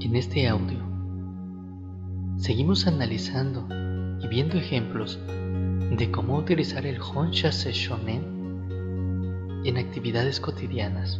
En este audio seguimos analizando y viendo ejemplos de cómo utilizar el Honsha-se Shonen en actividades cotidianas.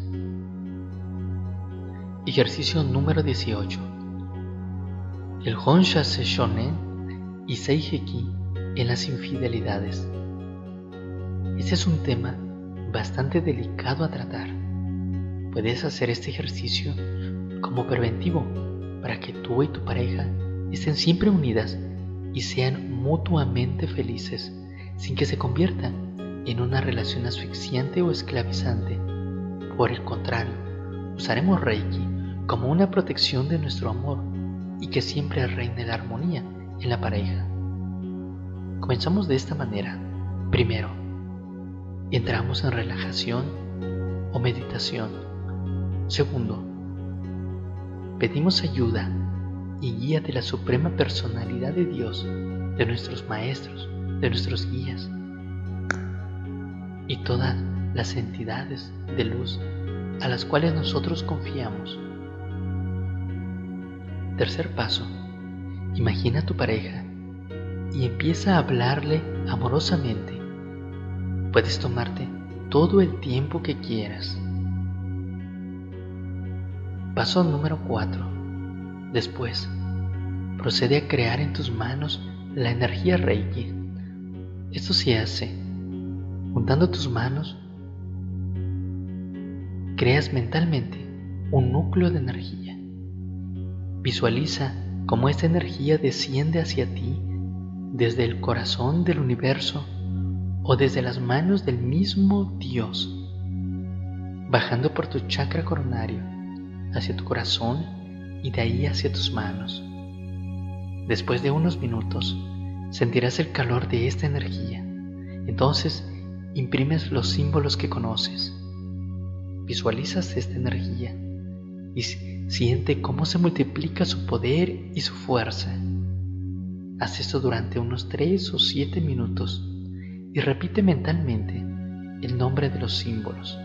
Ejercicio número 18. El Honsha-se Shonen y Seiheki en las infidelidades. Este es un tema bastante delicado a tratar. Puedes hacer este ejercicio como preventivo para que tú y tu pareja estén siempre unidas y sean mutuamente felices, sin que se convierta en una relación asfixiante o esclavizante. Por el contrario, usaremos Reiki como una protección de nuestro amor y que siempre reine la armonía en la pareja. Comenzamos de esta manera. Primero, entramos en relajación o meditación. Segundo, pedimos ayuda y guía de la Suprema Personalidad de Dios, de nuestros maestros, de nuestros guías y todas las entidades de luz a las cuales nosotros confiamos. Tercer paso, imagina a tu pareja y empieza a hablarle amorosamente. Puedes tomarte todo el tiempo que quieras. Paso número 4. Después, procede a crear en tus manos la energía Reiki. Esto se hace juntando tus manos. Creas mentalmente un núcleo de energía. Visualiza cómo esta energía desciende hacia ti desde el corazón del universo o desde las manos del mismo Dios, bajando por tu chakra coronario hacia tu corazón y de ahí hacia tus manos. Después de unos minutos, sentirás el calor de esta energía. Entonces, imprimes los símbolos que conoces. Visualizas esta energía y siente cómo se multiplica su poder y su fuerza. Haz esto durante unos 3 o 7 minutos y repite mentalmente el nombre de los símbolos.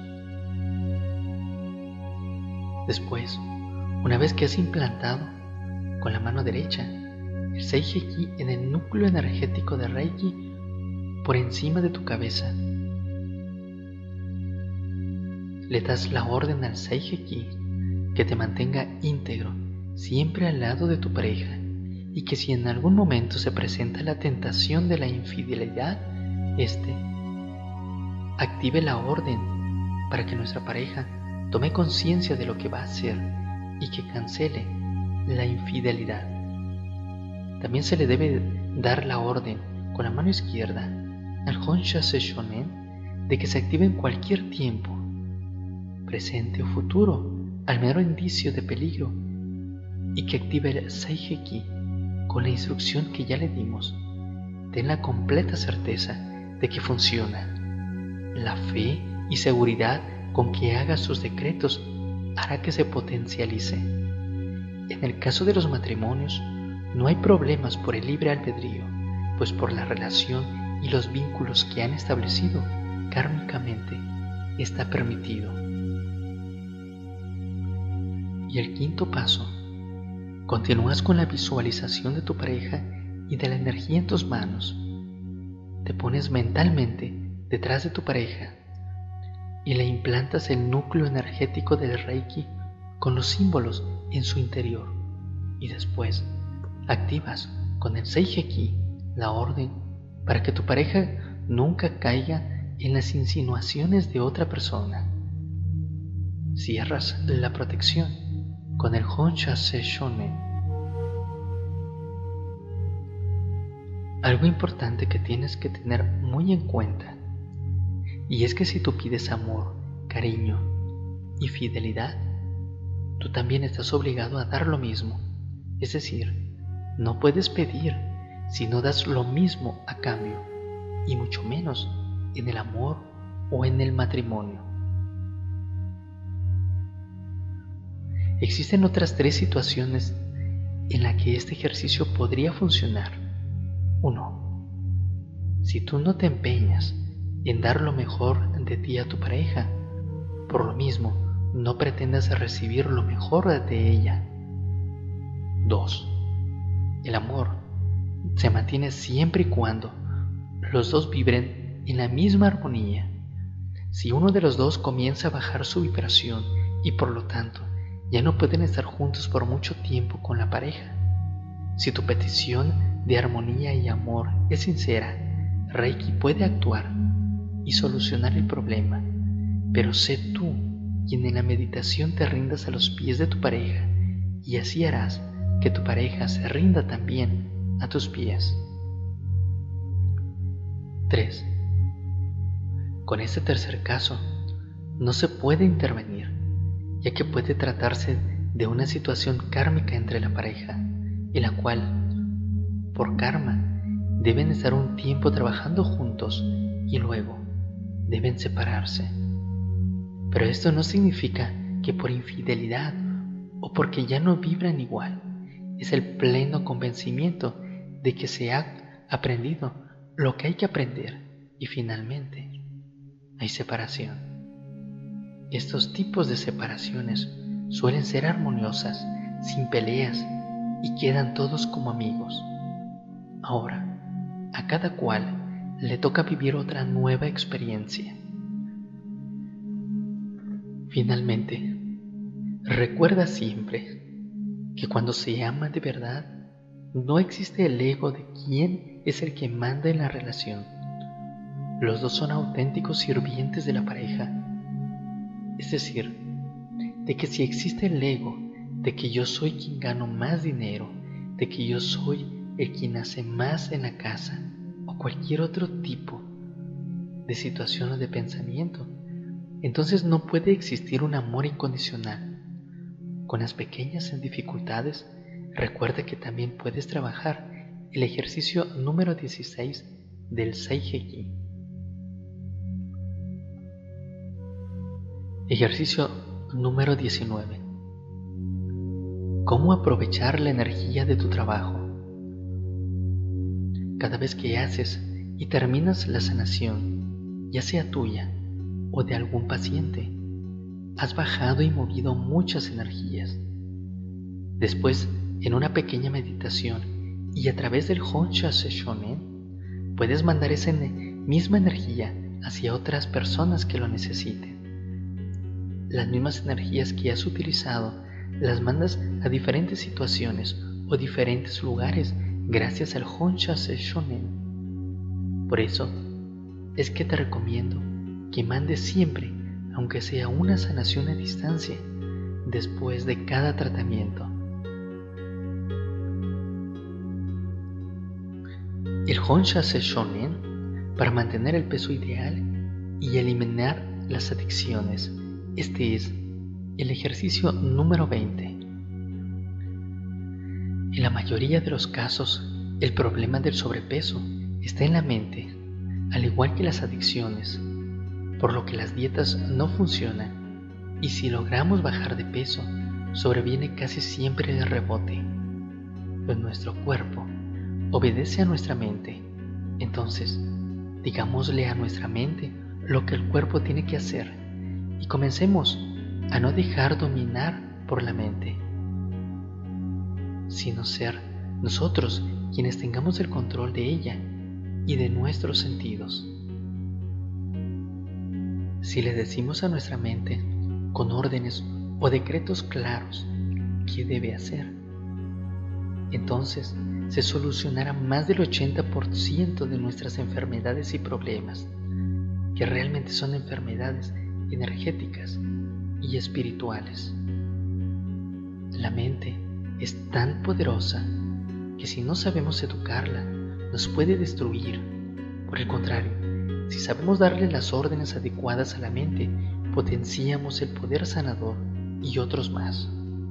Después, una vez que has implantado con la mano derecha el Seiheki en el núcleo energético de Reiki por encima de tu cabeza, le das la orden al Seiheki que te mantenga íntegro siempre al lado de tu pareja y que si en algún momento se presenta la tentación de la infidelidad, active la orden para que nuestra pareja tome conciencia de lo que va a hacer y que cancele la infidelidad. También se le debe dar la orden con la mano izquierda al Honsha-se Shonen de que se active en cualquier tiempo, presente o futuro, al mero indicio de peligro, y que active el Seiheki con la instrucción que ya le dimos. Ten la completa certeza de que funciona. La fe y seguridad con que haga sus decretos hará que se potencialice. En el caso de los matrimonios, no hay problemas por el libre albedrío, pues por la relación y los vínculos que han establecido kármicamente está permitido. Y el quinto paso, continúas con la visualización de tu pareja y de la energía en tus manos. Te pones mentalmente detrás de tu pareja y le implantas el núcleo energético del Reiki con los símbolos en su interior. Y después activas con el Seiheki la orden para que tu pareja nunca caiga en las insinuaciones de otra persona. Cierras la protección con el Honsha-se Shonen. Algo importante que tienes que tener muy en cuenta, y es que si tú pides amor, cariño y fidelidad, tú también estás obligado a dar lo mismo. Es decir, no puedes pedir si no das lo mismo a cambio, y mucho menos en el amor o en el matrimonio. Existen otras 3 situaciones en las que este ejercicio podría funcionar. 1. Si tú no te empeñas en dar lo mejor de ti a tu pareja, por lo mismo, no pretendas recibir lo mejor de ella. 2. El amor se mantiene siempre y cuando los dos vibren en la misma armonía. Si uno de los dos comienza a bajar su vibración y por lo tanto ya no pueden estar juntos por mucho tiempo con la pareja. Si tu petición de armonía y amor es sincera, Reiki puede actuar y solucionar el problema, pero sé tú quien en la meditación te rindas a los pies de tu pareja y así harás que tu pareja se rinda también a tus pies. 3. Con este tercer caso no se puede intervenir, ya que puede tratarse de una situación kármica entre la pareja, en la cual, por karma, deben estar un tiempo trabajando juntos y luego deben separarse. Pero esto no significa que por infidelidad o porque ya no vibran igual. Es el pleno convencimiento de que se ha aprendido lo que hay que aprender y finalmente hay separación. Estos tipos de separaciones suelen ser armoniosas, sin peleas y quedan todos como amigos. Ahora, a cada cual le toca vivir otra nueva experiencia. Finalmente, recuerda siempre que cuando se ama de verdad, no existe el ego de quién es el que manda en la relación. Los dos son auténticos sirvientes de la pareja. Es decir, de que si existe el ego de que yo soy quien gano más dinero, de que yo soy el quien hace más en la casa, o cualquier otro tipo de situación o de pensamiento, entonces no puede existir un amor incondicional. Con las pequeñas dificultades, recuerda que también puedes trabajar el ejercicio número 16 del Seiheki. Ejercicio número 19. ¿Cómo aprovechar la energía de tu trabajo? Cada vez que haces y terminas la sanación, ya sea tuya o de algún paciente, has bajado y movido muchas energías. Después, en una pequeña meditación y a través del Honsha Seishonen, puedes mandar esa misma energía hacia otras personas que lo necesiten. Las mismas energías que has utilizado las mandas a diferentes situaciones o diferentes lugares gracias al Honsha Seishonen. Por eso es que te recomiendo que mandes siempre, aunque sea una sanación a distancia, después de cada tratamiento. El Honsha Seishonen para mantener el peso ideal y eliminar las adicciones. Este es el ejercicio número 20. En la mayoría de los casos, el problema del sobrepeso está en la mente, al igual que las adicciones, por lo que las dietas no funcionan y si logramos bajar de peso, sobreviene casi siempre el rebote. Pues nuestro cuerpo obedece a nuestra mente, entonces digámosle a nuestra mente lo que el cuerpo tiene que hacer y comencemos a no dejar dominar por la mente, sino ser nosotros quienes tengamos el control de ella y de nuestros sentidos. Si le decimos a nuestra mente con órdenes o decretos claros qué debe hacer, entonces se solucionará más del 80% de nuestras enfermedades y problemas, que realmente son enfermedades energéticas y espirituales. La mente es tan poderosa que si no sabemos educarla, nos puede destruir. Por el contrario, si sabemos darle las órdenes adecuadas a la mente, potenciamos el poder sanador y otros más.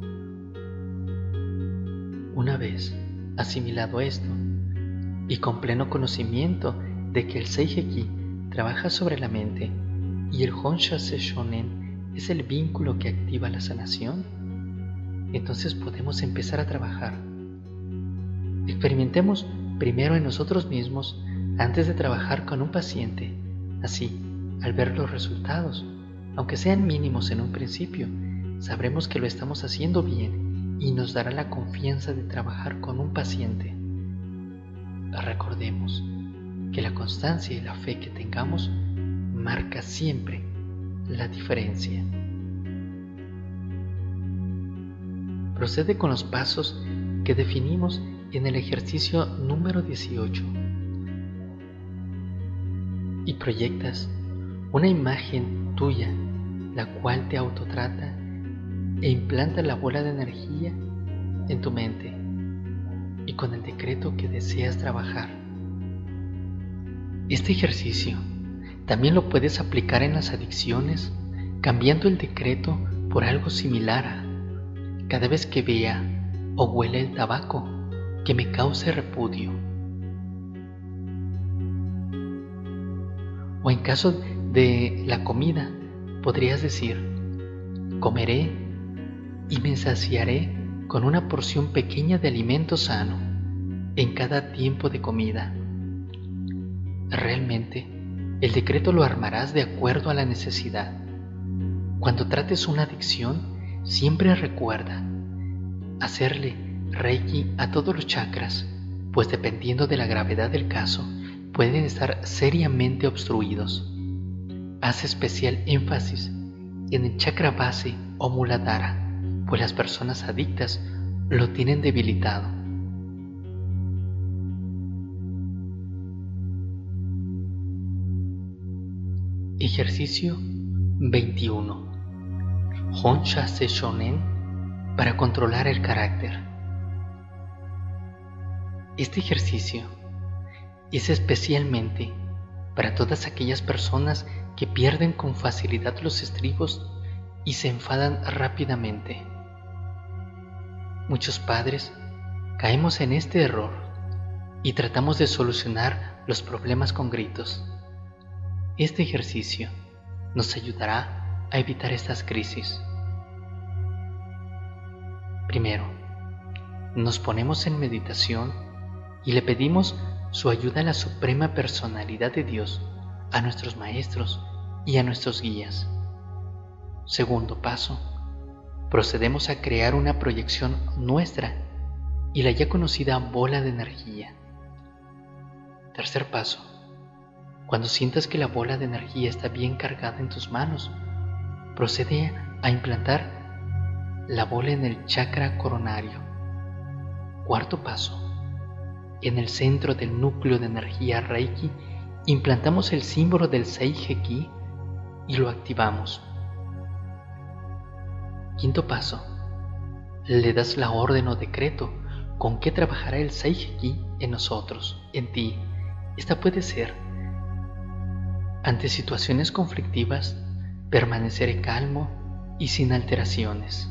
Una vez asimilado esto, y con pleno conocimiento de que el Seiheki trabaja sobre la mente y el Honsha Seishonen es el vínculo que activa la sanación, entonces podemos empezar a trabajar. Experimentemos primero en nosotros mismos antes de trabajar con un paciente. Así, al ver los resultados, aunque sean mínimos en un principio, sabremos que lo estamos haciendo bien y nos dará la confianza de trabajar con un paciente. Recordemos que la constancia y la fe que tengamos marca siempre la diferencia. Procede con los pasos que definimos en el ejercicio número 18 y proyectas una imagen tuya, la cual te autotrata e implanta la bola de energía en tu mente y con el decreto que deseas trabajar. Este ejercicio también lo puedes aplicar en las adicciones, cambiando el decreto por algo similar a: cada vez que vea o huela el tabaco, que me cause repudio. O en caso de la comida, podrías decir: comeré y me saciaré con una porción pequeña de alimento sano en cada tiempo de comida. Realmente, el decreto lo armarás de acuerdo a la necesidad. Cuando trates una adicción, siempre recuerda hacerle Reiki a todos los chakras, pues dependiendo de la gravedad del caso, pueden estar seriamente obstruidos. Haz especial énfasis en el chakra base o Muladhara, pues las personas adictas lo tienen debilitado. Ejercicio 21. Honsha Seishonen para controlar el carácter. Este ejercicio es especialmente para todas aquellas personas que pierden con facilidad los estribos y se enfadan rápidamente. Muchos padres caemos en este error y tratamos de solucionar los problemas con gritos. Este ejercicio nos ayudará a evitar estas crisis. Primero, nos ponemos en meditación y le pedimos su ayuda a la Suprema Personalidad de Dios, a nuestros maestros y a nuestros guías. Segundo paso, procedemos a crear una proyección nuestra y la ya conocida bola de energía. Tercer paso, cuando sientas que la bola de energía está bien cargada en tus manos, procede a implantar la bola en el chakra coronario. Cuarto paso, en el centro del núcleo de energía Reiki, implantamos el símbolo del Seiheki y lo activamos. Quinto paso, le das la orden o decreto con que trabajará el Seiheki en nosotros, en ti. Esta puede ser: ante situaciones conflictivas, permaneceré calmo y sin alteraciones.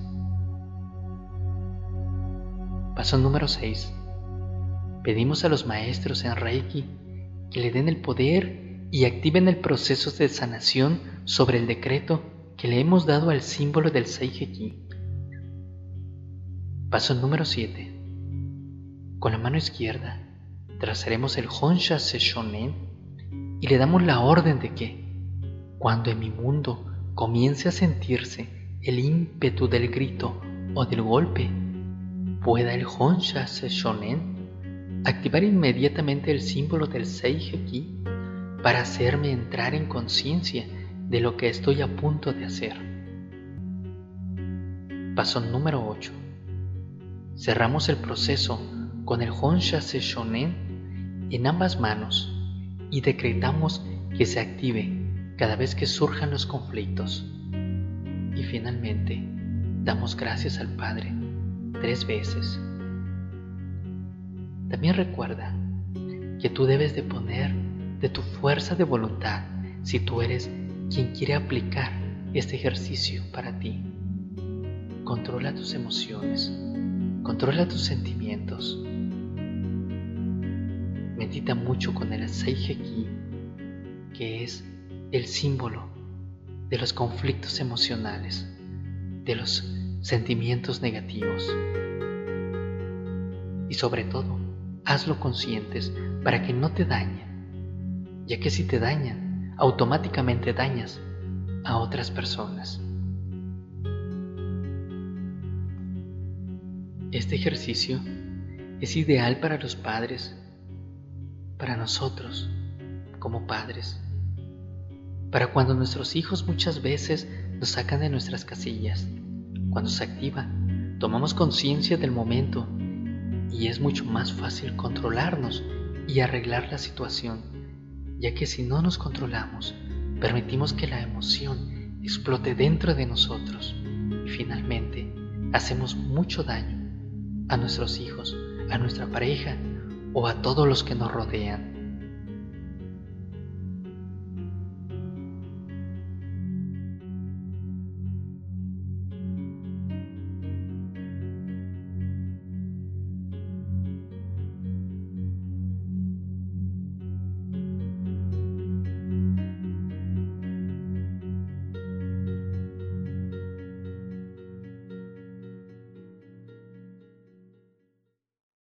Paso número 6. Pedimos a los maestros en Reiki que le den el poder y activen el proceso de sanación sobre el decreto que le hemos dado al símbolo del Seiheki. Paso número 7. Con la mano izquierda trazaremos el Honsha Seishonen y le damos la orden de que, cuando en mi mundo comience a sentirse el ímpetu del grito o del golpe, pueda el Honsha Seishonen activar inmediatamente el símbolo del Seiheki para hacerme entrar en conciencia de lo que estoy a punto de hacer. Paso número 8. Cerramos el proceso con el Honsha Seishonen en ambas manos y decretamos que se active cada vez que surjan los conflictos. Y finalmente, damos gracias al Padre 3 veces. También recuerda que tú debes de poner de tu fuerza de voluntad si tú eres quien quiere aplicar este ejercicio para ti. Controla tus emociones, controla tus sentimientos. Medita mucho con el Seiheki, que es el símbolo de los conflictos emocionales, de los sentimientos negativos. Y sobre todo, hazlo conscientes para que no te dañen, ya que si te dañan, automáticamente dañas a otras personas. Este ejercicio es ideal para los padres, para nosotros como padres, para cuando nuestros hijos muchas veces nos sacan de nuestras casillas. Cuando se activa, tomamos conciencia del momento y es mucho más fácil controlarnos y arreglar la situación, ya que si no nos controlamos, permitimos que la emoción explote dentro de nosotros y finalmente hacemos mucho daño a nuestros hijos, a nuestra pareja o a todos los que nos rodean.